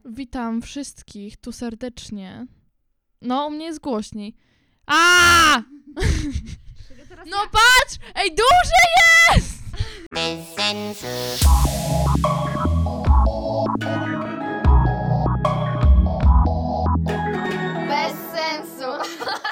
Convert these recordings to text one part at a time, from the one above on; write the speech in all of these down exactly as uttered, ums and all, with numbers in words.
Witam wszystkich tu serdecznie. No, u mnie jest głośniej. A! No patrz! Ej, duże jest! Bez sensu.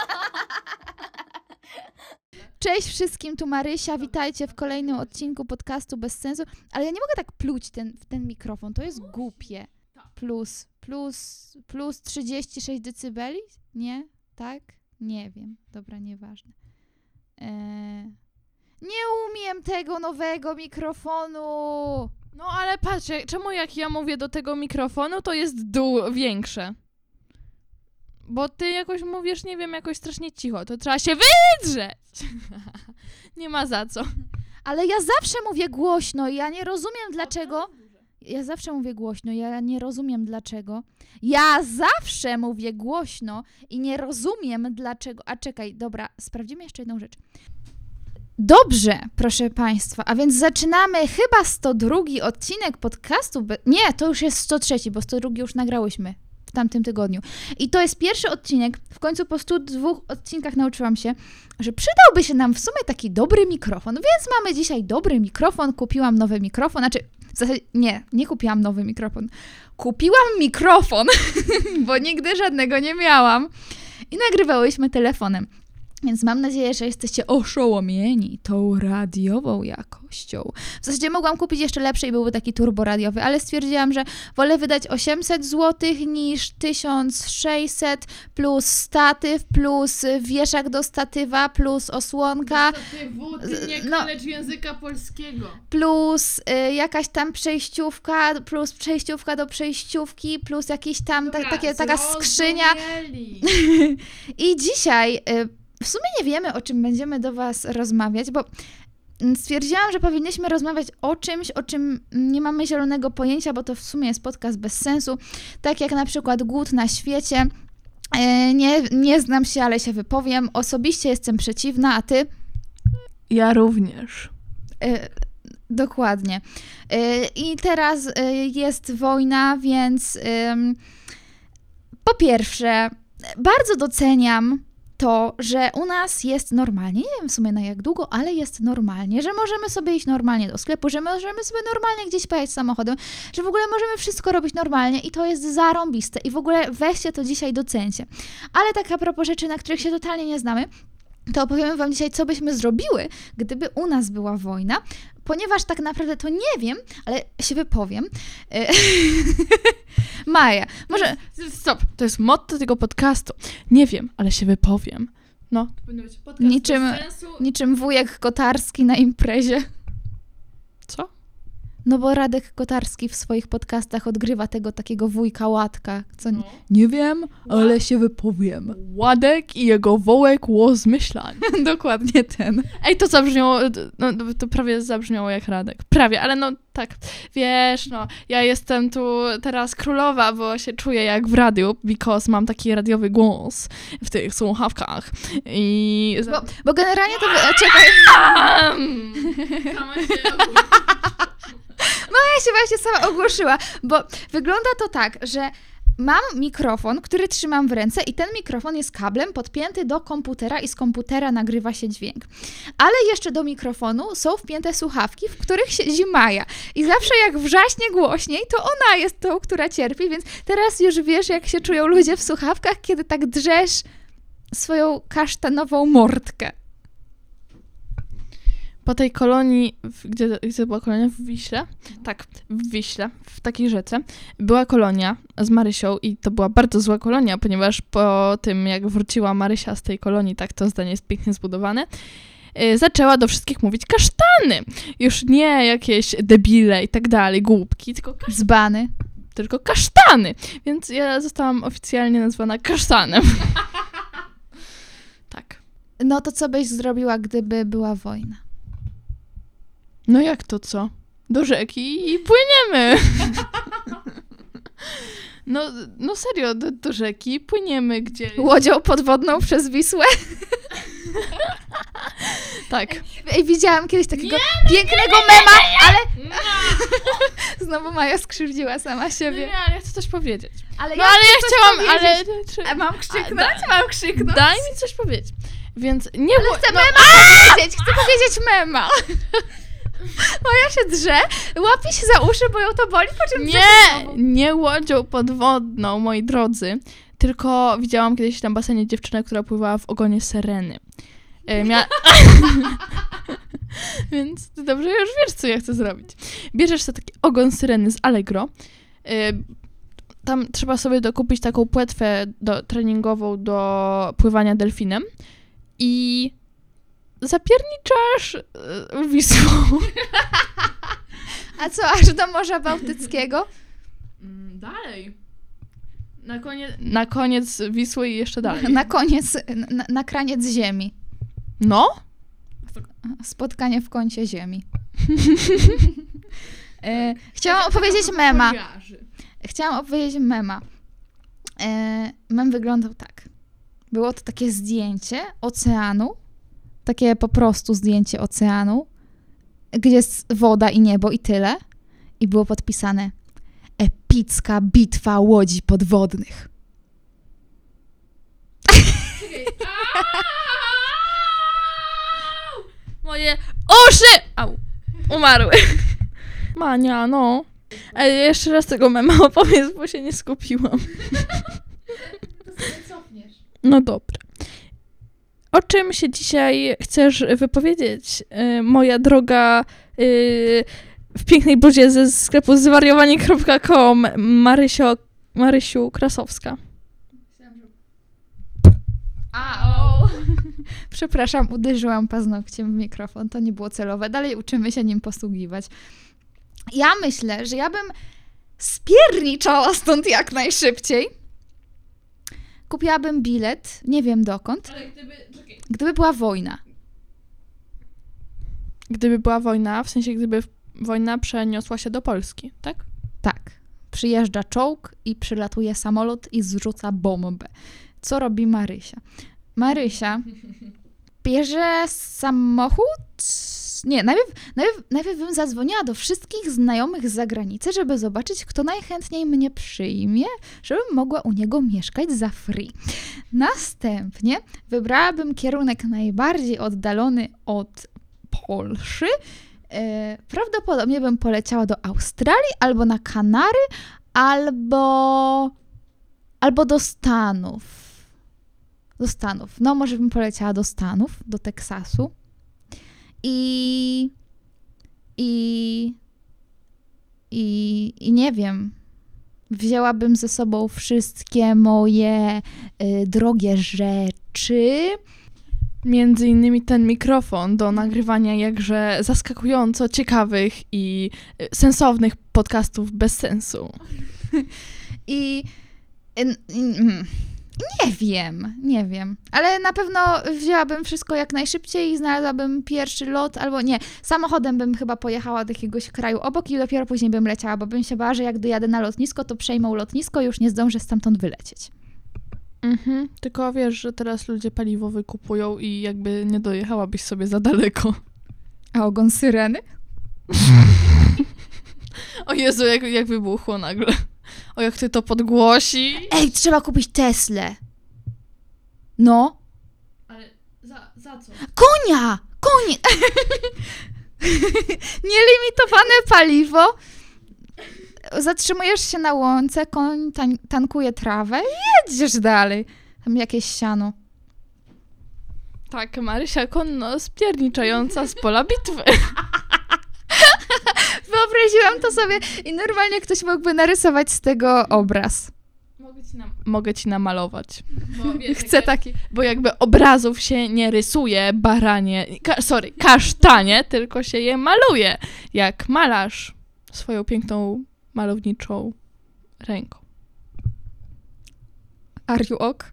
Cześć wszystkim, tu Marysia, witajcie w kolejnym odcinku podcastu Bez sensu, ale ja nie mogę tak pluć ten, w ten mikrofon, to jest głupie. Plus, plus, plus trzydzieści sześć decybeli? Nie? Tak? Nie wiem, dobra, nieważne. Eee, nie umiem tego nowego mikrofonu! No ale patrz, jak- czemu jak ja mówię do tego mikrofonu, to jest dół większe? Bo ty jakoś mówisz, nie wiem, jakoś strasznie cicho, to trzeba się wydrzeć! Nie ma za co. Ale ja zawsze mówię głośno i ja nie rozumiem dlaczego. Ja zawsze mówię głośno, ja nie rozumiem dlaczego. Ja zawsze mówię głośno i nie rozumiem dlaczego. A czekaj, dobra, sprawdzimy jeszcze jedną rzecz. Dobrze, proszę Państwa, a więc zaczynamy chyba sto drugi odcinek podcastu. Be- nie, to już jest sto trzeci, bo sto drugi już nagrałyśmy w tamtym tygodniu. I to jest pierwszy odcinek. W końcu po stu dwóch odcinkach nauczyłam się, że przydałby się nam w sumie taki dobry mikrofon, więc mamy dzisiaj dobry mikrofon. Kupiłam nowy mikrofon, znaczy w zasadzie nie, nie kupiłam nowy mikrofon. Kupiłam mikrofon, bo nigdy żadnego nie miałam. I nagrywałyśmy telefonem. Więc mam nadzieję, że jesteście oszołomieni tą radiową jakością. W zasadzie mogłam kupić jeszcze lepszy i byłby taki turbo radiowy, ale stwierdziłam, że wolę wydać osiemset złotych niż tysiąc sześćset plus statyw, plus wieszak do statywa, plus osłonka, Statywu, ty nie no, kalecz języka polskiego. plus y, jakaś tam przejściówka, plus przejściówka do przejściówki, plus jakiś tam ta, takie, taka skrzynia. I dzisiaj y, w sumie nie wiemy, o czym będziemy do Was rozmawiać, bo stwierdziłam, że powinniśmy rozmawiać o czymś, o czym nie mamy zielonego pojęcia, bo to w sumie jest podcast bez sensu, tak jak na przykład głód na świecie. Y, nie, nie znam się, ale się wypowiem. Osobiście jestem przeciwna, a Ty? Ja również. Y, dokładnie. Y, I teraz y, jest wojna, więc ym, po pierwsze, bardzo doceniam to, że u nas jest normalnie, nie wiem w sumie na jak długo, ale jest normalnie, że możemy sobie iść normalnie do sklepu, że możemy sobie normalnie gdzieś pojechać samochodem, że w ogóle możemy wszystko robić normalnie i to jest zarąbiste i w ogóle weźcie to dzisiaj docencie. Ale tak a propos rzeczy, na których się totalnie nie znamy, to opowiemy Wam dzisiaj, co byśmy zrobiły, gdyby u nas była wojna, ponieważ tak naprawdę to nie wiem, ale się wypowiem. Maja, może... Stop, to jest motto tego podcastu. Nie wiem, ale się wypowiem. No, to powinno być podcast Niczym- bez sensu. Niczym wujek Kotarski na imprezie. Co? No bo Radek Kotarski w swoich podcastach odgrywa tego takiego wujka Łatka, co nie, No. nie wiem, ale się wypowiem. Ładek i jego wołek łos myślań. Dokładnie ten. Ej, to zabrzmiało, no to prawie zabrzmiało jak Radek. Prawie, ale no tak, wiesz, no, ja jestem tu teraz królowa, bo się czuję jak w radiu, because mam taki radiowy głos w tych słuchawkach i... Bo, bo generalnie to... wy- Czekaj, Sama się ja się właśnie sama ogłoszyła, bo wygląda to tak, że mam mikrofon, który trzymam w ręce i ten mikrofon jest kablem podpięty do komputera i z komputera nagrywa się dźwięk. Ale jeszcze do mikrofonu są wpięte słuchawki, w których siedzi Maja. I zawsze jak wrzaśnie głośniej, to ona jest tą, która cierpi, więc teraz już wiesz, jak się czują ludzie w słuchawkach, kiedy tak drzesz swoją kasztanową mordkę. Po tej kolonii, w- gdzie, gdzie była kolonia? W Wiśle? Tak, w Wiśle, w takiej rzece, była kolonia z Marysią i to była bardzo zła kolonia, ponieważ po tym, jak wróciła Marysia z tej kolonii, tak to zdanie jest pięknie zbudowane, yy, zaczęła do wszystkich mówić kasztany. Już nie jakieś debile i tak dalej, głupki, tylko, kasz- Dzbany. tylko kasztany. Więc ja zostałam oficjalnie nazwana kasztanem. Tak. No to co byś zrobiła, gdyby była wojna? No jak to co? Do rzeki i płyniemy. No, no serio, do, do rzeki płyniemy gdzieś. Łodzią podwodną przez Wisłę? Tak. Ej, widziałam kiedyś takiego pięknego mema, ale... Znowu Maja skrzywdziła sama Nie, siebie. nie, ale ja chcę coś powiedzieć. Ale No ale ja chcę coś chciałam, ale... powiedzieć. czy- A mam krzyknąć? A, da- Mam krzyknąć? Daj mi coś powiedzieć. Więc nie było... Chcę no, mema powiedzieć, chcę powiedzieć mema. Maja się drze, łapie się za uszy, bo ją to boli, po czym drze się nie, znowu. nie łodzią podwodną, moi drodzy. Tylko widziałam kiedyś na basenie dziewczynę, która pływała w ogonie syreny. E, mia... Więc ty dobrze już wiesz, co ja chcę zrobić. Bierzesz sobie taki ogon syreny z Allegro. E, tam trzeba sobie dokupić taką płetwę do, treningową do pływania delfinem i zapierniczasz e, Wisłą. A co, aż do Morza Bałtyckiego? Dalej. Na koniec, na koniec Wisły i jeszcze dalej. Na koniec, na, na kraniec ziemi. No? Spotkanie w kącie ziemi. e, chciałam opowiedzieć mema. Chciałam opowiedzieć mema. E, mem wyglądał tak. Było to takie zdjęcie oceanu, takie po prostu zdjęcie oceanu, gdzie jest woda i niebo i tyle. I było podpisane epicka bitwa łodzi podwodnych. Moje uszy! Au. Umarły. Mania, no. Ale jeszcze raz tego mema opowiedz, bo się nie skupiłam. No dobra. O czym się dzisiaj chcesz wypowiedzieć, yy, moja droga yy, w pięknej bluzie ze sklepu zwariowanie kropka com Marysio, Marysiu Krasowska? A, o. Przepraszam, uderzyłam paznokciem w mikrofon, to nie było celowe. Dalej uczymy się nim posługiwać. Ja myślę, że ja bym spierniczała stąd jak najszybciej. Kupiłabym bilet, nie wiem dokąd, Ale gdyby... Czekaj. gdyby była wojna. Gdyby była wojna, w sensie gdyby wojna przeniosła się do Polski, tak? Tak. Przyjeżdża czołg i przylatuje samolot i zrzuca bombę. Co robi Marysia? Marysia bierze samochód. Nie, najpierw, najpierw, najpierw bym zadzwoniła do wszystkich znajomych z zagranicy, żeby zobaczyć, kto najchętniej mnie przyjmie, żebym mogła u niego mieszkać za free. Następnie wybrałabym kierunek najbardziej oddalony od Polszy. E, prawdopodobnie bym poleciała do Australii, albo na Kanary, albo, albo do Stanów. Do Stanów. No, może bym poleciała do Stanów, do Teksasu. I, i, i, i nie wiem, wzięłabym ze sobą wszystkie moje y, drogie rzeczy. Między innymi ten mikrofon do nagrywania jakże zaskakująco ciekawych i y, sensownych podcastów bez sensu. I y, y, y, nie wiem, nie wiem, ale na pewno wzięłabym wszystko jak najszybciej i znalazłabym pierwszy lot, albo nie, samochodem bym chyba pojechała do jakiegoś kraju obok i dopiero później bym leciała, bo bym się bała, że jak dojadę na lotnisko, to przejmą lotnisko i już nie zdążę stamtąd wylecieć. Mhm, tylko wiesz, że teraz ludzie paliwo wykupują i jakby nie dojechałabyś sobie za daleko. A ogon syreny? O Jezu, jak, jak wybuchło nagle. O, jak ty to podgłosi. Ej, trzeba kupić Teslę. No. Ale za, za co? Konia! Konie! Nielimitowane paliwo. Zatrzymujesz się na łące, koń tan- tankuje trawę i jedziesz dalej. Tam jakieś siano. Tak, Marysia Konno spierniczająca z pola bitwy. Wyobraziłam to sobie i normalnie ktoś mógłby narysować z tego obraz. Mogę ci, nam- Mogę ci namalować. Bo wiesz, Chcę jak- taki. Bo jakby obrazów się nie rysuje, baranie, ka- sorry, kasztanie, tylko się je maluje. Jak malarz swoją piękną, malowniczą ręką. Are you ok?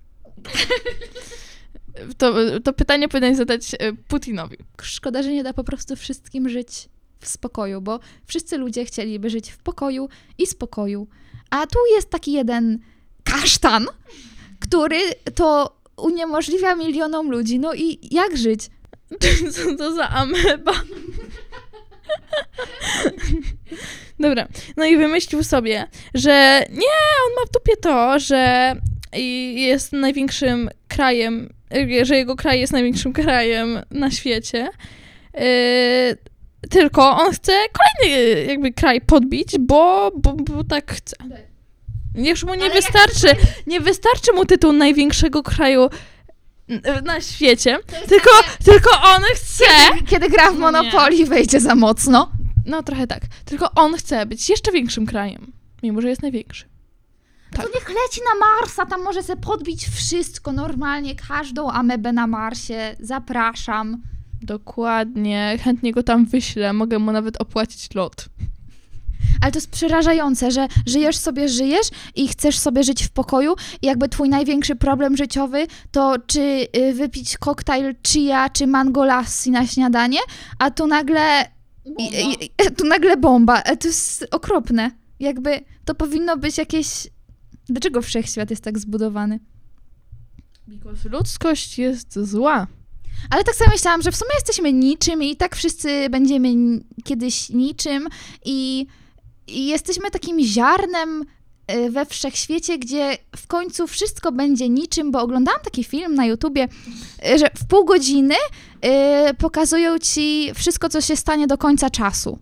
To, to pytanie powinnaś zadać e, Putinowi. Szkoda, że nie da po prostu wszystkim żyć w spokoju, bo wszyscy ludzie chcieliby żyć w pokoju i spokoju. A tu jest taki jeden kasztan, który to uniemożliwia milionom ludzi. No i jak żyć? Co to za ameba? Dobra, no i wymyślił sobie, że nie, on ma w dupie to, że jest największym krajem, że jego kraj jest największym krajem na świecie. Yy, tylko on chce kolejny jakby kraj podbić, bo, bo, bo tak chce. Już mu nie Ale wystarczy, nie wystarczy mu tytuł największego kraju na świecie, tylko, tylko on chce... Kiedy, kiedy gra w Nie. Monopoly, wejdzie za mocno. No trochę tak. Tylko on chce być jeszcze większym krajem, mimo że jest największy. Tak. To niech leci na Marsa, tam może sobie podbić wszystko normalnie, każdą amebę na Marsie. Zapraszam. Dokładnie. Chętnie go tam wyślę. Mogę mu nawet opłacić lot. Ale to jest przerażające, że żyjesz sobie, żyjesz i chcesz sobie żyć w pokoju i jakby twój największy problem życiowy to czy y, wypić koktajl chia czy mango lassi na śniadanie, a tu nagle i, i, i, tu nagle bomba. E, To jest okropne. Jakby to powinno być jakieś... Dlaczego wszechświat jest tak zbudowany? Because ludzkość jest zła. Ale tak sobie myślałam, że w sumie jesteśmy niczym i tak wszyscy będziemy n- kiedyś niczym i, i jesteśmy takim ziarnem y, we wszechświecie, gdzie w końcu wszystko będzie niczym, bo oglądałam taki film na YouTubie, y, że w pół godziny y, pokazują ci wszystko, co się stanie do końca czasu.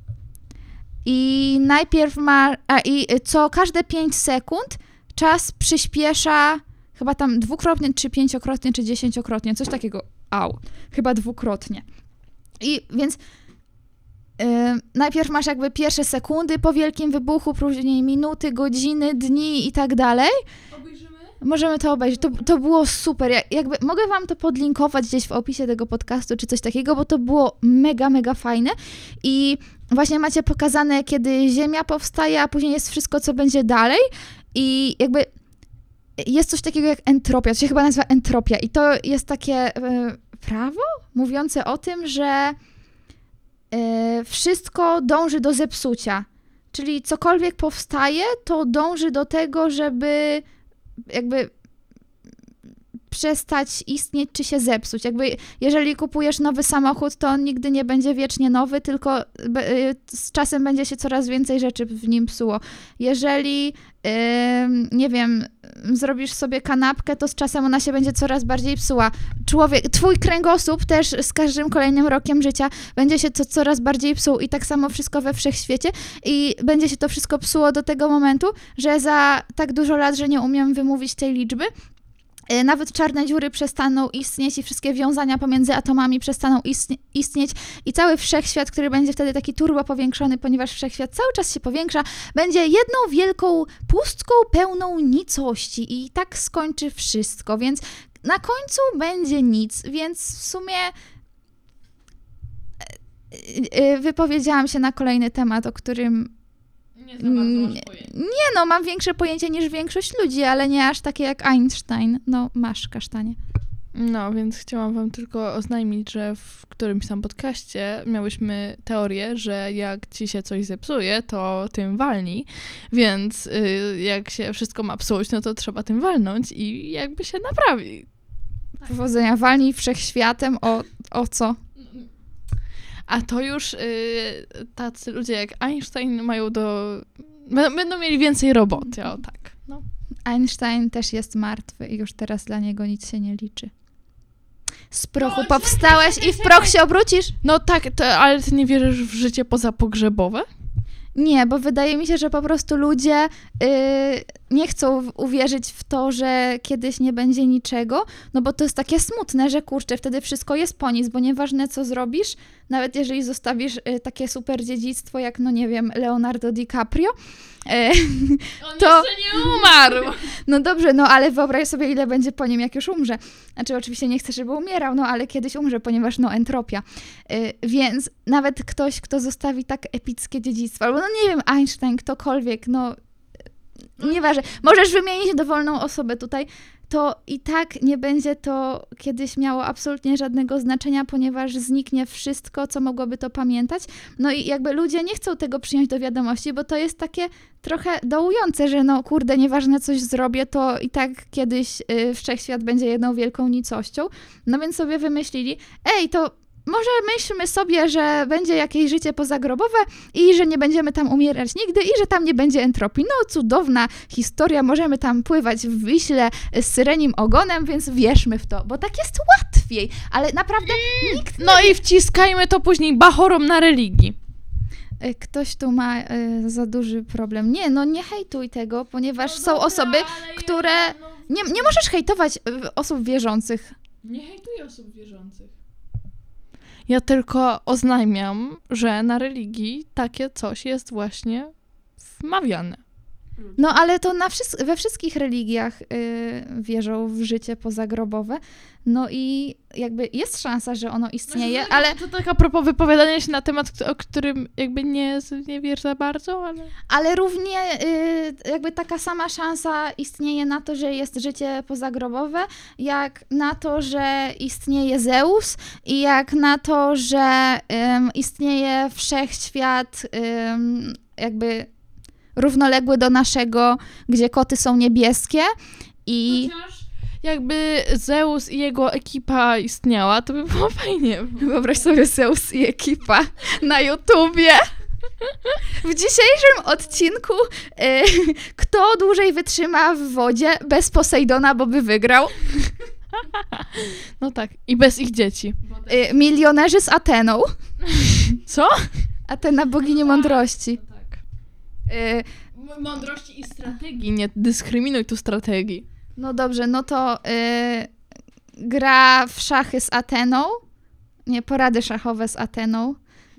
I najpierw ma, a i co każde pięć sekund czas przyspiesza chyba tam dwukrotnie, czy pięciokrotnie, czy dziesięciokrotnie, coś takiego. Au, chyba dwukrotnie. I więc yy, najpierw masz jakby pierwsze sekundy po wielkim wybuchu, później minuty, godziny, dni i tak dalej. Obejrzymy? Możemy to obejrzeć. To, to było super. Ja, jakby mogę wam to podlinkować gdzieś w opisie tego podcastu, czy coś takiego, bo to było mega, mega fajne. I właśnie macie pokazane, kiedy Ziemia powstaje, a później jest wszystko, co będzie dalej. I jakby jest coś takiego jak entropia. To się chyba nazywa entropia. I to jest takie e, prawo mówiące o tym, że e, wszystko dąży do zepsucia. Czyli cokolwiek powstaje, to dąży do tego, żeby jakby przestać istnieć czy się zepsuć. Jakby jeżeli kupujesz nowy samochód, to on nigdy nie będzie wiecznie nowy, tylko be, z czasem będzie się coraz więcej rzeczy w nim psuło. Jeżeli yy, nie wiem, zrobisz sobie kanapkę, to z czasem ona się będzie coraz bardziej psuła. Człowiek, twój kręgosłup też z każdym kolejnym rokiem życia będzie się to coraz bardziej psuł i tak samo wszystko we wszechświecie i będzie się to wszystko psuło do tego momentu, że za tak dużo lat, że nie umiem wymówić tej liczby, nawet czarne dziury przestaną istnieć i wszystkie wiązania pomiędzy atomami przestaną istnie- istnieć i cały wszechświat, który będzie wtedy taki turbo powiększony, ponieważ wszechświat cały czas się powiększa, będzie jedną wielką pustką pełną nicości i tak skończy wszystko, więc na końcu będzie nic, więc w sumie wypowiedziałam się na kolejny temat, o którym Nie za bardzo masz Nie, pojęcia. nie no, mam większe pojęcie niż większość ludzi, ale nie aż takie jak Einstein. No, masz, kasztanie. No, więc chciałam wam tylko oznajmić, że w którymś tam podcaście miałyśmy teorię, że jak ci się coś zepsuje, to tym walnij, więc y, jak się wszystko ma psuć, no to trzeba tym walnąć i jakby się naprawi. Powodzenia, walnij wszechświatem o, o co? A to już y, tacy ludzie jak Einstein mają do... b- Będą mieli więcej roboty, o tak. No. Einstein też jest martwy i już teraz dla niego nic się nie liczy. Z prochu No, powstałeś czekaj, i w proch się obrócisz? No tak, to, ale ty nie wierzysz w życie pozapogrzebowe? Nie, bo wydaje mi się, że po prostu ludzie yy, nie chcą w- uwierzyć w to, że kiedyś nie będzie niczego, no bo to jest takie smutne, że kurczę, wtedy wszystko jest po nic, bo nieważne co zrobisz, nawet jeżeli zostawisz y, takie super dziedzictwo jak, no nie wiem, Leonardo DiCaprio, y, On To- jeszcze nie umarł! no dobrze, no ale wyobraź sobie, ile będzie po nim, jak już umrze. Znaczy oczywiście nie chcę, żeby umierał, no ale kiedyś umrze, ponieważ no entropia. Y, więc nawet ktoś, kto zostawi tak epickie dziedzictwo, albo no nie wiem, Einstein, ktokolwiek, no nieważne, możesz wymienić dowolną osobę tutaj, to i tak nie będzie to kiedyś miało absolutnie żadnego znaczenia, ponieważ zniknie wszystko, co mogłoby to pamiętać. No i jakby ludzie nie chcą tego przyjąć do wiadomości, bo to jest takie trochę dołujące, że no kurde, nieważne coś zrobię, to i tak kiedyś y, wszechświat będzie jedną wielką nicością. No więc sobie wymyślili, ej, to może myślmy sobie, że będzie jakieś życie pozagrobowe i że nie będziemy tam umierać nigdy i że tam nie będzie entropii. No cudowna historia, możemy tam pływać w Wiśle z syrenim ogonem, więc wierzmy w to, bo tak jest łatwiej, ale naprawdę nikt... No i wciskajmy to później bachorom na religii. Y, Ktoś tu ma y, za duży problem. Nie, no nie hejtuj tego, ponieważ No są dobra, osoby, ale które... ja, no, Nie, nie możesz hejtować y, osób wierzących. Nie hejtuję osób wierzących. Ja tylko oznajmiam, że na religii takie coś jest właśnie wmawiane. No ale to na wszys- we wszystkich religiach y, wierzą w życie pozagrobowe. No i jakby jest szansa, że ono istnieje, Znaczy, ale, To tak a propos wypowiadania się na temat, o którym jakby nie, nie wiesz za bardzo, ale... ale równie y, jakby taka sama szansa istnieje na to, że jest życie pozagrobowe, jak na to, że istnieje Zeus i jak na to, że ym, istnieje wszechświat ym, jakby równoległy do naszego, gdzie koty są niebieskie i... Chociaż jakby Zeus i jego ekipa istniała, to by było fajnie. Wyobraź sobie Zeus i ekipa na YouTubie. W dzisiejszym odcinku y, kto dłużej wytrzyma w wodzie bez Posejdona, bo by wygrał. No tak, i bez ich dzieci. Y, milionerzy z Ateną. Co? Atena bogini mądrości. Tak. Y, Mądrości i strategii, nie dyskryminuj tu strategii. no dobrze, no to y, gra w szachy z Ateną. Nie, porady szachowe z Ateną. Y,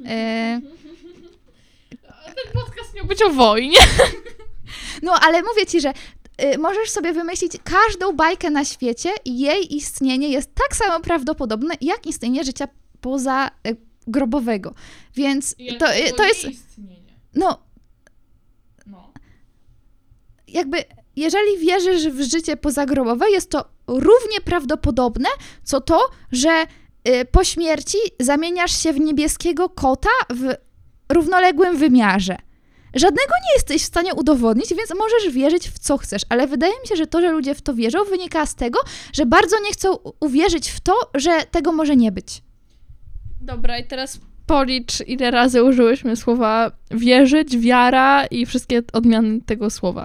Ten podcast miał być o wojnie. No, ale mówię ci, że y, możesz sobie wymyślić każdą bajkę na świecie i jej istnienie jest tak samo prawdopodobne, jak istnienie życia poza y, grobowego. Więc to, y, to jest, istnienie. no, No. jakby, jeżeli wierzysz w życie pozagrobowe, jest to równie prawdopodobne, co to, że y, po śmierci zamieniasz się w niebieskiego kota w równoległym wymiarze. Żadnego nie jesteś w stanie udowodnić, więc możesz wierzyć w co chcesz, ale wydaje mi się, że to, że ludzie w to wierzą, wynika z tego, że bardzo nie chcą u- uwierzyć w to, że tego może nie być. Dobra, i teraz policz, ile razy użyłyśmy słowa wierzyć, wiara i wszystkie odmiany tego słowa.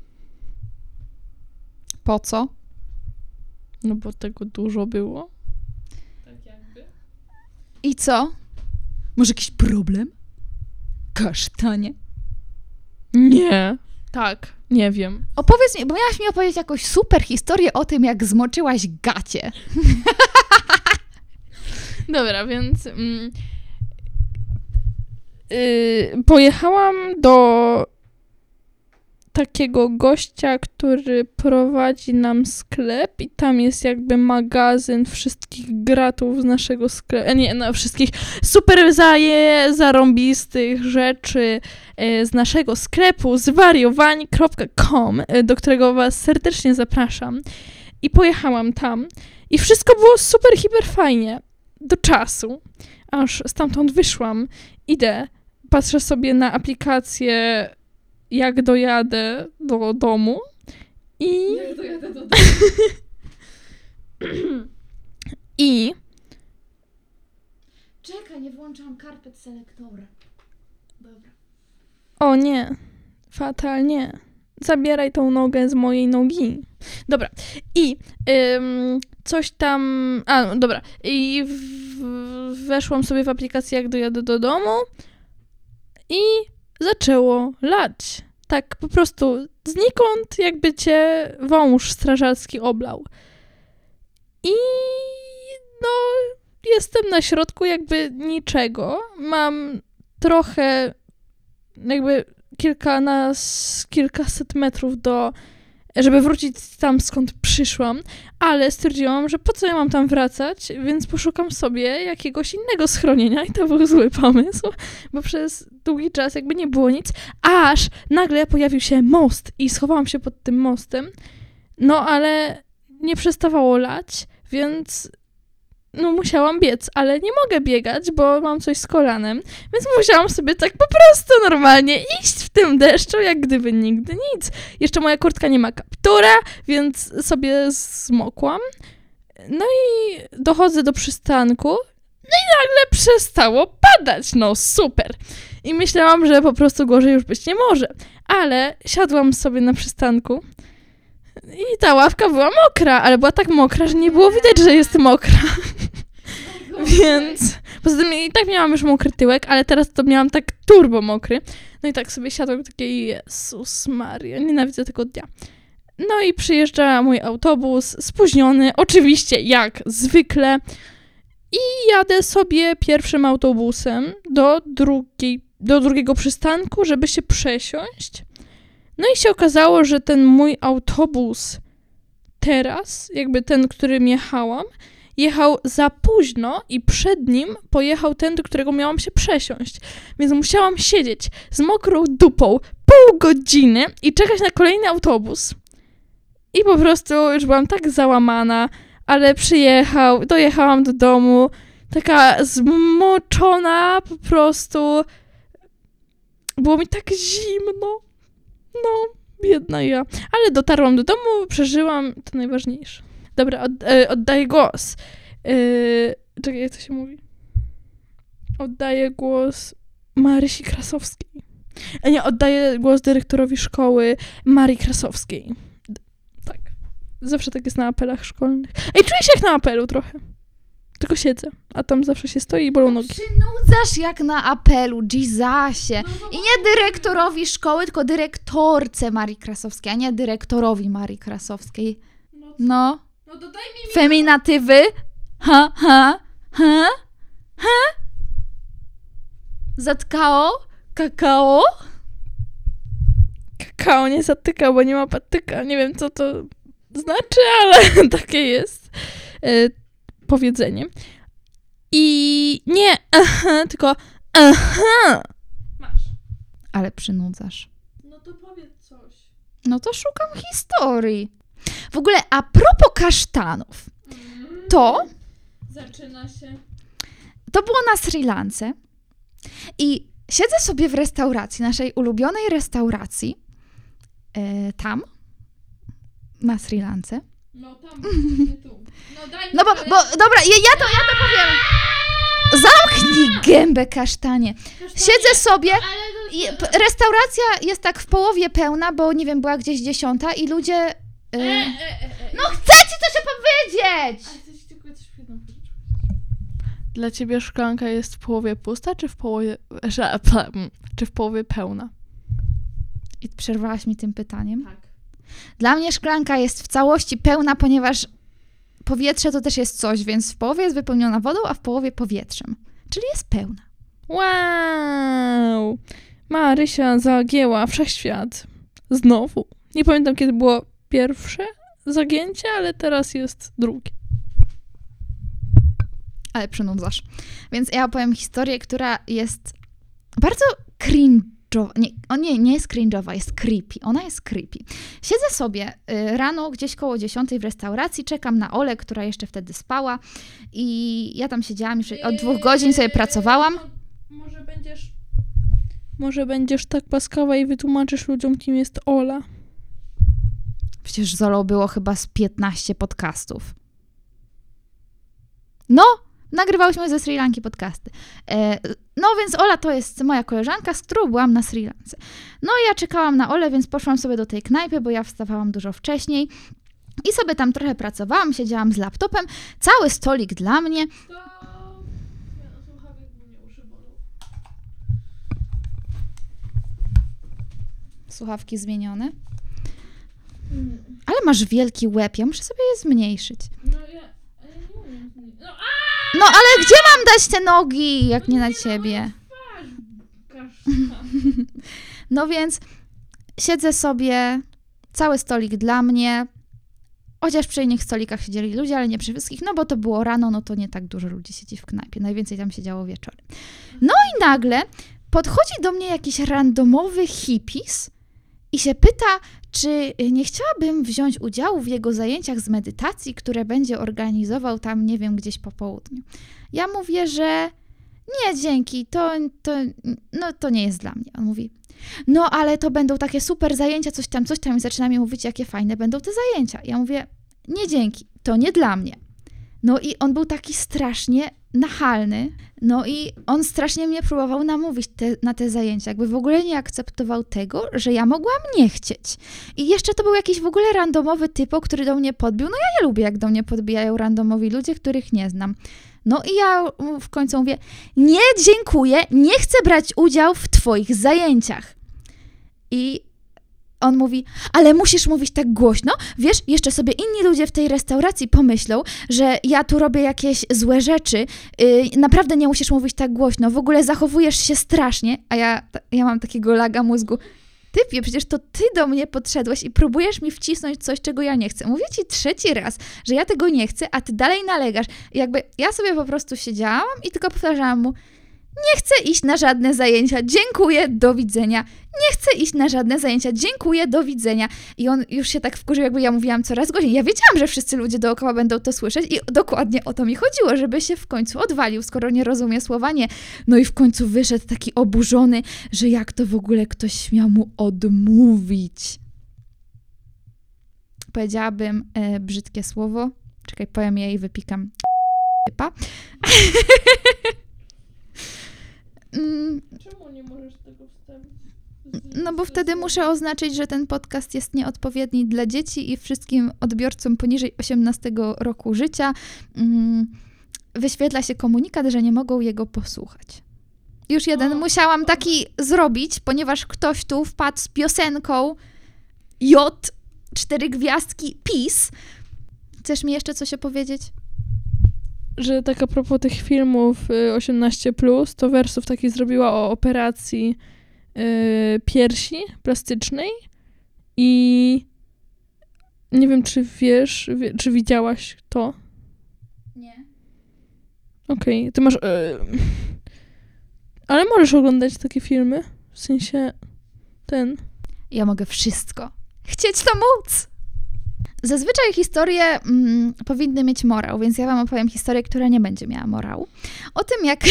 Po co? No bo tego dużo było. Tak jakby. I co? Może jakiś problem? Kasztanie. Nie. Tak, nie wiem. Opowiedz mi, bo miałaś mi opowiedzieć jakąś super historię o tym, jak zmoczyłaś gacie. Dobra, więc mm, yy, pojechałam do takiego gościa, który prowadzi nam sklep i tam jest jakby magazyn wszystkich gratów z naszego sklepu, nie, no wszystkich super zaje, zarąbistych rzeczy e, z naszego sklepu zwariowani kropka com, e, do którego was serdecznie zapraszam. I pojechałam tam i wszystko było super, hiper fajnie. Do czasu, aż stamtąd wyszłam, idę, patrzę sobie na aplikację jak dojadę do domu i... Jak dojadę do domu? I... Czekaj, nie włączam karpet selektora. Dobra. O nie, fatalnie. Zabieraj tą nogę z mojej nogi. Dobra. I ym, coś tam... A, no, dobra. I w, weszłam sobie w aplikację jak dojadę do domu i zaczęło lać. Tak po prostu znikąd jakby cię wąż strażacki oblał. I no jestem na środku jakby niczego. Mam trochę jakby kilkanas, kilkaset metrów do, żeby wrócić tam skąd przyszłam, ale stwierdziłam, że po co ja mam tam wracać, więc poszukam sobie jakiegoś innego schronienia i to był zły pomysł, bo przez długi czas jakby nie było nic, aż nagle pojawił się most i schowałam się pod tym mostem, no ale nie przestawało lać, więc no musiałam biec, ale nie mogę biegać, bo mam coś z kolanem, więc musiałam sobie tak po prostu normalnie iść w tym deszczu, jak gdyby nigdy nic. Jeszcze moja kurtka nie ma kaptura, więc sobie zmokłam. No i dochodzę do przystanku No i nagle przestało padać, no super. I myślałam, że po prostu gorzej już być nie może. Ale siadłam sobie na przystanku i ta ławka była mokra, ale była tak mokra, że nie było widać, że jest mokra. Więc poza tym i tak miałam już mokry tyłek, ale teraz to miałam tak turbo mokry. No i tak sobie siadłam i takie, Jezus Maria, nienawidzę tego dnia. No i przyjeżdża mój autobus, spóźniony, oczywiście jak zwykle. I jadę sobie pierwszym autobusem do, drugiej, do drugiego przystanku, żeby się przesiąść. No i się okazało, że ten mój autobus teraz, jakby ten, którym jechałam, jechał za późno i przed nim pojechał ten, do którego miałam się przesiąść. Więc musiałam siedzieć z mokrą dupą pół godziny i czekać na kolejny autobus. I po prostu już byłam tak załamana, ale przyjechał, dojechałam do domu, taka zmoczona po prostu. Było mi tak zimno. No, biedna ja. Ale dotarłam do domu, przeżyłam, to najważniejsze. Dobra, od, e, oddaję głos. E, czekaj, jak to się mówi? Oddaję głos Marysi Krasowskiej. A nie, oddaję głos dyrektorowi szkoły Marii Krasowskiej. D- tak. Zawsze tak jest na apelach szkolnych. Ej, czuję się jak na apelu trochę. Tylko siedzę, a tam zawsze się stoi i bolą nogi. Przynudzasz jak na apelu, Jezusie. I nie dyrektorowi szkoły, tylko dyrektorce Marii Krasowskiej, a nie dyrektorowi Marii Krasowskiej. No. No to daj mi Feminatywy. Ha, ha, ha, ha. Zatkao, kakao. kakao nie zatyka, bo nie ma patyka. Nie wiem, co to znaczy, ale takie jest e, powiedzenie. I nie aha, tylko aha. Masz. Ale przynudzasz. No to powiedz coś. No to szukam historii. W ogóle a propos kasztanów, to Zaczyna się. to było na Sri Lance i siedzę sobie w restauracji, naszej ulubionej restauracji, e, tam, na Sri Lance. No tam, nie tu. No daj mi No bo, bo dobra, ja, ja to, ja to powiem. Zamknij gębę, kasztanie. Siedzę sobie, i p- restauracja jest tak w połowie pełna, bo nie wiem, była gdzieś dziesiąta i ludzie... e, E, e, e, e. No chcę ci coś powiedzieć! Ale chcę ci tylko coś jedną powiedzieć. Dla ciebie szklanka jest w połowie pusta, czy w połowie... że- czy w połowie pełna? I przerwałaś mi tym pytaniem. Tak. Dla mnie szklanka jest w całości pełna, ponieważ powietrze to też jest coś, więc w połowie jest wypełniona wodą, a w połowie powietrzem. Czyli jest pełna. Wow! Marysia zagięła wszechświat. Znowu. Nie pamiętam, kiedy było pierwsze zagięcie, ale teraz jest drugie. Ale przynudzasz. Więc ja opowiem historię, która jest bardzo cringe'owa. Nie, o nie, nie jest cringe'owa, jest creepy. Ona jest creepy. Siedzę sobie y, rano gdzieś koło dziesiątej w restauracji, czekam na Olę, która jeszcze wtedy spała i ja tam siedziałam już od dwóch godzin, sobie pracowałam. Może będziesz... Może będziesz tak łaskawa i wytłumaczysz ludziom, kim jest Ola. Przecież z Olą było chyba z piętnaście podcastów. No, nagrywałyśmy ze Sri Lanki podcasty. E, no więc Ola to jest moja koleżanka, z którą byłam na Sri Lance. No i ja czekałam na Olę, więc poszłam sobie do tej knajpy, bo ja wstawałam dużo wcześniej. I sobie tam trochę pracowałam, siedziałam z laptopem, cały stolik dla mnie. Słuchawki zmienione. Ale masz wielki łeb, ja muszę sobie je zmniejszyć. No ja... ja nie umiem. No, a! No ale gdzie mam dać te nogi, jak nie na ciebie? No więc siedzę sobie, cały stolik dla mnie, chociaż przy innych stolikach siedzieli ludzie, ale nie przy wszystkich, no bo to było rano, no to nie tak dużo ludzi siedzi w knajpie, najwięcej tam siedziało wieczorem. No i nagle podchodzi do mnie jakiś randomowy hippies i się pyta, czy nie chciałabym wziąć udziału w jego zajęciach z medytacji, które będzie organizował tam, nie wiem, gdzieś po południu. Ja mówię, że nie, dzięki, to, to, no, to nie jest dla mnie. On mówi, no ale to będą takie super zajęcia, coś tam, coś tam i zaczyna mi mówić, jakie fajne będą te zajęcia. Ja mówię, nie, dzięki, to nie dla mnie. No i on był taki strasznie nachalny, no i on strasznie mnie próbował namówić te, na te zajęcia, jakby w ogóle nie akceptował tego, że ja mogłam nie chcieć. I jeszcze to był jakiś w ogóle randomowy typo, który do mnie podbił. No ja nie lubię, jak do mnie podbijają randomowi ludzie, których nie znam. No i ja w końcu mówię, nie dziękuję, nie chcę brać udziału w twoich zajęciach. I on mówi, ale musisz mówić tak głośno, wiesz, jeszcze sobie inni ludzie w tej restauracji pomyślą, że ja tu robię jakieś złe rzeczy, yy, naprawdę nie musisz mówić tak głośno, w ogóle zachowujesz się strasznie, a ja, ja mam takiego laga mózgu. Typie, przecież to ty do mnie podszedłeś i próbujesz mi wcisnąć coś, czego ja nie chcę. Mówię ci trzeci raz, że ja tego nie chcę, a ty dalej nalegasz. I jakby ja sobie po prostu siedziałam i tylko powtarzałam mu, nie chcę iść na żadne zajęcia, dziękuję, do widzenia. Nie chcę iść na żadne zajęcia, dziękuję, do widzenia. I on już się tak wkurzył, jakby ja mówiłam coraz gorzej. Ja wiedziałam, że wszyscy ludzie dookoła będą to słyszeć i dokładnie o to mi chodziło, żeby się w końcu odwalił, skoro nie rozumie słowa nie. No i w końcu wyszedł taki oburzony, że jak to w ogóle ktoś śmiał mu odmówić. Powiedziałabym e, brzydkie słowo. Czekaj, powiem je i wypikam. Typa. Mm, Czemu nie możesz tego wstawić? No bo wtedy muszę oznaczyć, że ten podcast jest nieodpowiedni dla dzieci i wszystkim odbiorcom poniżej osiemnastego roku życia mm, wyświetla się komunikat, że nie mogą jego posłuchać. Już jeden O, musiałam taki zrobić, ponieważ ktoś tu wpadł z piosenką J, cztery gwiazdki, PiS. Chcesz mi jeszcze coś opowiedzieć? Że tak a propos tych filmów y, osiemnaście plus, to Wersów taki zrobiła o operacji y, piersi plastycznej i nie wiem, czy wiesz, wie, czy widziałaś to? Nie. Okej, okay. Ty masz... Y, ale możesz oglądać takie filmy? W sensie ten... Ja mogę wszystko. Chcieć to móc! Zazwyczaj historie mm, powinny mieć morał, więc ja wam opowiem historię, która nie będzie miała morału. O tym, jak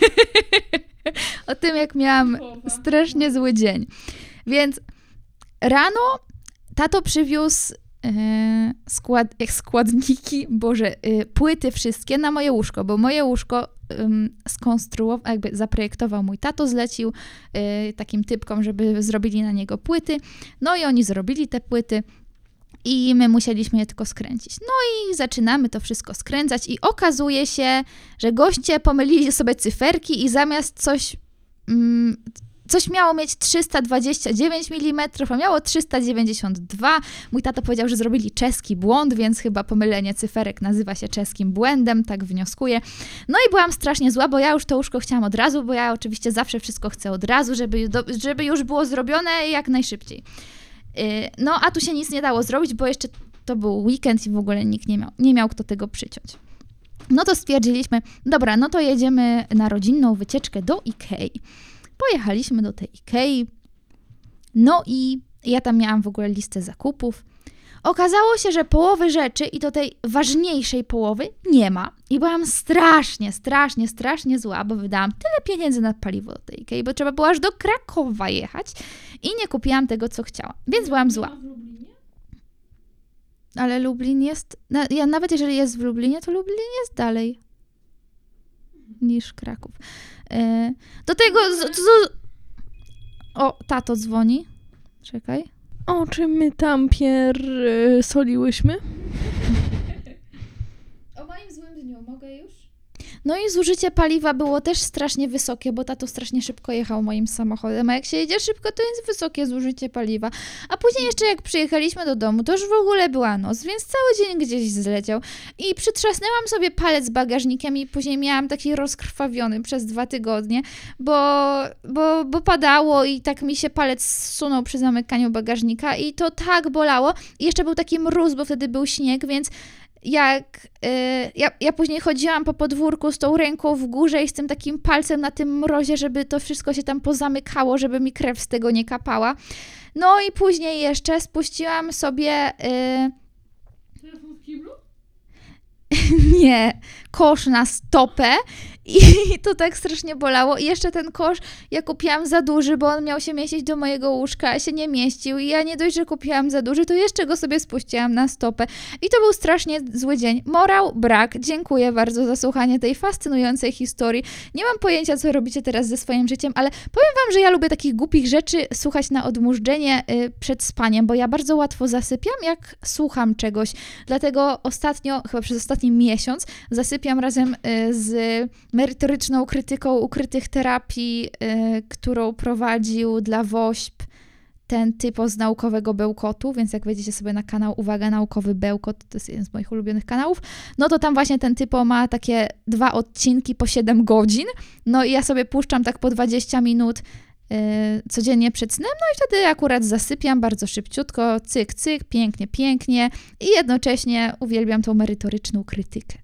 o tym, jak miałam strasznie zły dzień. Więc rano tato przywiózł e, skład, jak składniki, boże, e, płyty wszystkie na moje łóżko, bo moje łóżko um, skonstruował, jakby zaprojektował mój tato, zlecił e, takim typkom, żeby zrobili na niego płyty. No i oni zrobili te płyty. I my musieliśmy je tylko skręcić. No i zaczynamy to wszystko skręcać i okazuje się, że goście pomylili sobie cyferki i zamiast coś, mm, coś miało mieć trzysta dwadzieścia dziewięć milimetrów, a miało trzysta dziewięćdziesiąt dwa. Mój tato powiedział, że zrobili czeski błąd, więc chyba pomylenie cyferek nazywa się czeskim błędem, tak wnioskuję. No i byłam strasznie zła, bo ja już to łóżko chciałam od razu, bo ja oczywiście zawsze wszystko chcę od razu, żeby, do, żeby już było zrobione jak najszybciej. No, a tu się nic nie dało zrobić, bo jeszcze to był weekend i w ogóle nikt nie miał, nie miał kto tego przyciąć. No to stwierdziliśmy, dobra, no to jedziemy na rodzinną wycieczkę do Ikei. Pojechaliśmy do tej Ikei, no i ja tam miałam w ogóle listę zakupów. Okazało się, że połowy rzeczy i to tej ważniejszej połowy nie ma. I byłam strasznie, strasznie, strasznie zła, bo wydałam tyle pieniędzy na paliwo do tej Ikei, bo trzeba było aż do Krakowa jechać i nie kupiłam tego, co chciałam. Więc byłam zła. Ale Lublin jest... Na, ja, nawet jeżeli jest w Lublinie, to Lublin jest dalej niż Kraków. E, do tego... Z, z, o, tato dzwoni. Czekaj. O czym my tam pier... y, soliłyśmy? O moim złym dniu, mogę już? No i zużycie paliwa było też strasznie wysokie, bo tato strasznie szybko jechał moim samochodem, a jak się jedzie szybko, to jest wysokie zużycie paliwa. A później jeszcze jak przyjechaliśmy do domu, to już w ogóle była noc, więc cały dzień gdzieś zleciał. I przytrzasnęłam sobie palec z bagażnikiem i później miałam taki rozkrwawiony przez dwa tygodnie, bo, bo, bo padało i tak mi się palec zsunął przy zamykaniu bagażnika i to tak bolało. I jeszcze był taki mróz, bo wtedy był śnieg, więc jak y, ja, ja później chodziłam po podwórku z tą ręką w górze i z tym takim palcem na tym mrozie, żeby to wszystko się tam pozamykało, żeby mi krew z tego nie kapała. No i później jeszcze spuściłam sobie... Y... Telefon w kiblu? nie, kosz na stopę i to tak strasznie bolało. I jeszcze ten kosz ja kupiłam za duży, bo on miał się mieścić do mojego łóżka, a się nie mieścił. I ja nie dość, że kupiłam za duży, to jeszcze go sobie spuściłam na stopę. I to był strasznie zły dzień. Morał brak. Dziękuję bardzo za słuchanie tej fascynującej historii. Nie mam pojęcia, co robicie teraz ze swoim życiem, ale powiem wam, że ja lubię takich głupich rzeczy słuchać na odmurzczenie y, przed spaniem, bo ja bardzo łatwo zasypiam, jak słucham czegoś. Dlatego ostatnio, chyba przez ostatni miesiąc, zasypiam razem y, z merytoryczną krytyką ukrytych terapii, y, którą prowadził dla WOŚP ten typo z naukowego bełkotu, więc jak wejdziecie sobie na kanał Uwaga, naukowy bełkot, to jest jeden z moich ulubionych kanałów, no to tam właśnie ten typo ma takie dwa odcinki po siedem godzin, no i ja sobie puszczam tak po dwadzieścia minut yy, codziennie przed snem, no i wtedy akurat zasypiam bardzo szybciutko, cyk, cyk, pięknie, pięknie i jednocześnie uwielbiam tą merytoryczną krytykę.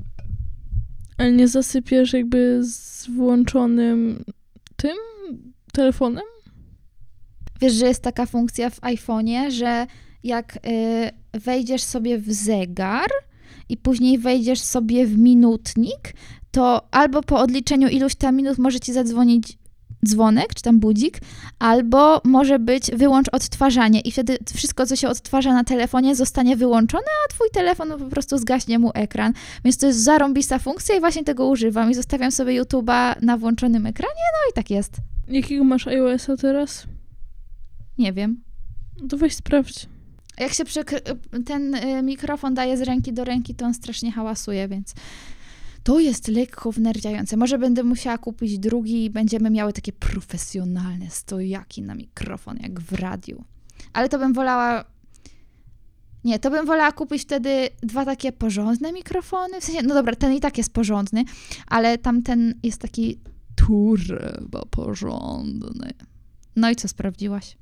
Ale nie zasypiesz jakby z włączonym tym telefonem? Wiesz, że jest taka funkcja w iPhone'ie, że jak y, wejdziesz sobie w zegar i później wejdziesz sobie w minutnik, to albo po odliczeniu iluś tam minut może ci zadzwonić dzwonek, czy tam budzik, albo może być wyłącz odtwarzanie i wtedy wszystko, co się odtwarza na telefonie, zostanie wyłączone, a twój telefon po prostu zgaśnie mu ekran. Więc to jest zarąbista funkcja i właśnie tego używam i zostawiam sobie YouTube'a na włączonym ekranie, no i tak jest. Jakiego masz iOS-a teraz? Nie wiem. No to weź sprawdź. Jak się przekry- ten y, mikrofon daje z ręki do ręki, to on strasznie hałasuje, więc to jest lekko wnerwiające. Może będę musiała kupić drugi i będziemy miały takie profesjonalne stojaki na mikrofon, jak w radiu. Ale to bym wolała... Nie, to bym wolała kupić wtedy dwa takie porządne mikrofony. W sensie, no dobra, ten i tak jest porządny, ale tamten jest taki turbo porządny. No i co sprawdziłaś?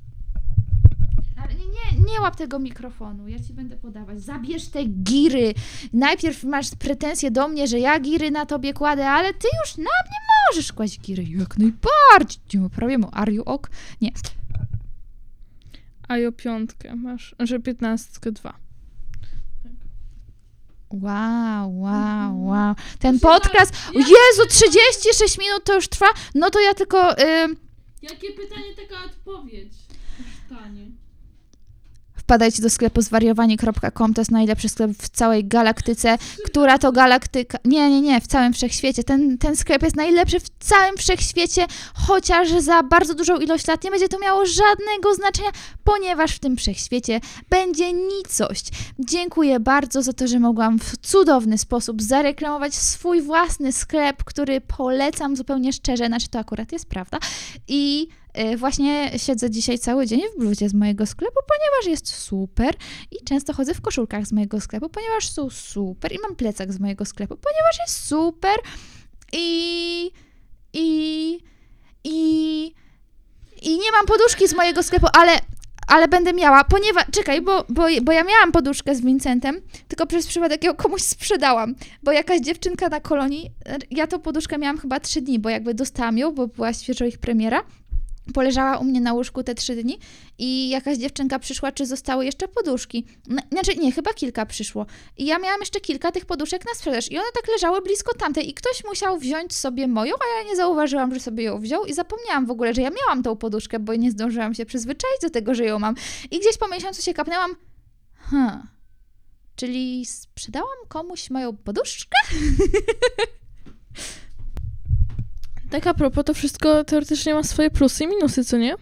Ale nie, nie, nie łap tego mikrofonu, ja ci będę podawać. Zabierz te giry. Najpierw masz pretensje do mnie, że ja giry na tobie kładę, ale ty już na mnie możesz kłaść giry. Jak najbardziej. Nie ma problemu. Are you ok? Nie. iO piątkę masz, że piętnastkę dwa. Wow, wow, wow. Ten podcast, o Jezu, trzydzieści sześć minut to już trwa, no to ja tylko... Ym... Jakie pytanie, taka odpowiedź? Pytanie. Wpadajcie do sklepu zwariowani kropka com, to jest najlepszy sklep w całej galaktyce, która to galaktyka... Nie, nie, nie, w całym wszechświecie. Ten, ten sklep jest najlepszy w całym wszechświecie, chociaż za bardzo dużą ilość lat nie będzie to miało żadnego znaczenia, ponieważ w tym wszechświecie będzie nicość. Dziękuję bardzo za to, że mogłam w cudowny sposób zareklamować swój własny sklep, który polecam zupełnie szczerze, znaczy to akurat jest prawda. I właśnie siedzę dzisiaj cały dzień w bluzie z mojego sklepu, ponieważ jest super i często chodzę w koszulkach z mojego sklepu, ponieważ są super i mam plecak z mojego sklepu, ponieważ jest super i i i i nie mam poduszki z mojego sklepu, ale ale będę miała, ponieważ, czekaj, bo, bo, bo ja miałam poduszkę z Vincentem, tylko przez przypadek ją komuś sprzedałam, bo jakaś dziewczynka na kolonii, ja tą poduszkę miałam chyba trzy dni, bo jakby dostałam ją, bo była świeżo ich premiera, poleżała u mnie na łóżku te trzy dni i jakaś dziewczynka przyszła, czy zostały jeszcze poduszki. Znaczy, nie, chyba kilka przyszło. I ja miałam jeszcze kilka tych poduszek na sprzedaż i one tak leżały blisko tamtej i ktoś musiał wziąć sobie moją, a ja nie zauważyłam, że sobie ją wziął i zapomniałam w ogóle, że ja miałam tą poduszkę, bo nie zdążyłam się przyzwyczaić do tego, że ją mam. I gdzieś po miesiącu się kapnęłam, hmm, czyli sprzedałam komuś moją poduszkę? Tak a propos, to wszystko teoretycznie ma swoje plusy i minusy, co nie?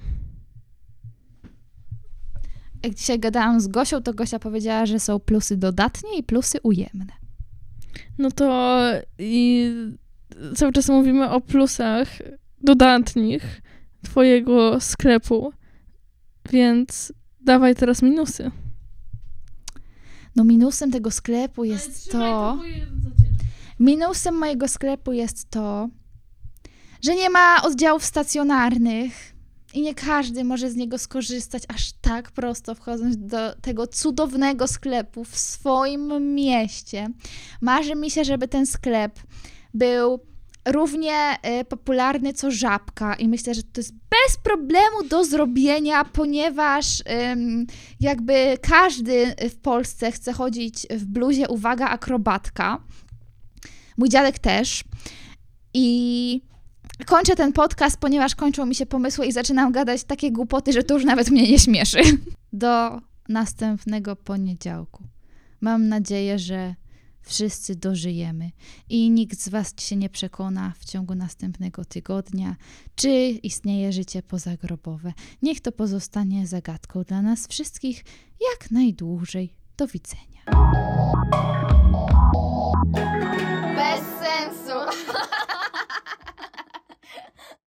Jak dzisiaj gadałam z Gosią, to Gosia powiedziała, że są plusy dodatnie i plusy ujemne. No to i cały czas mówimy o plusach dodatnich twojego sklepu, więc dawaj teraz minusy. No minusem tego sklepu jest to... Minusem mojego sklepu jest to, że nie ma oddziałów stacjonarnych i nie każdy może z niego skorzystać aż tak prosto, wchodząc do tego cudownego sklepu w swoim mieście. Marzy mi się, żeby ten sklep był równie y, popularny co Żabka i myślę, że to jest bez problemu do zrobienia, ponieważ ym, jakby każdy w Polsce chce chodzić w bluzie, uwaga, akrobatka. Mój dziadek też. I kończę ten podcast, ponieważ kończą mi się pomysły i zaczynam gadać takie głupoty, że to już nawet mnie nie śmieszy. Do następnego poniedziałku. Mam nadzieję, że wszyscy dożyjemy i nikt z was się nie przekona w ciągu następnego tygodnia, czy istnieje życie pozagrobowe. Niech to pozostanie zagadką dla nas wszystkich jak najdłużej. Do widzenia.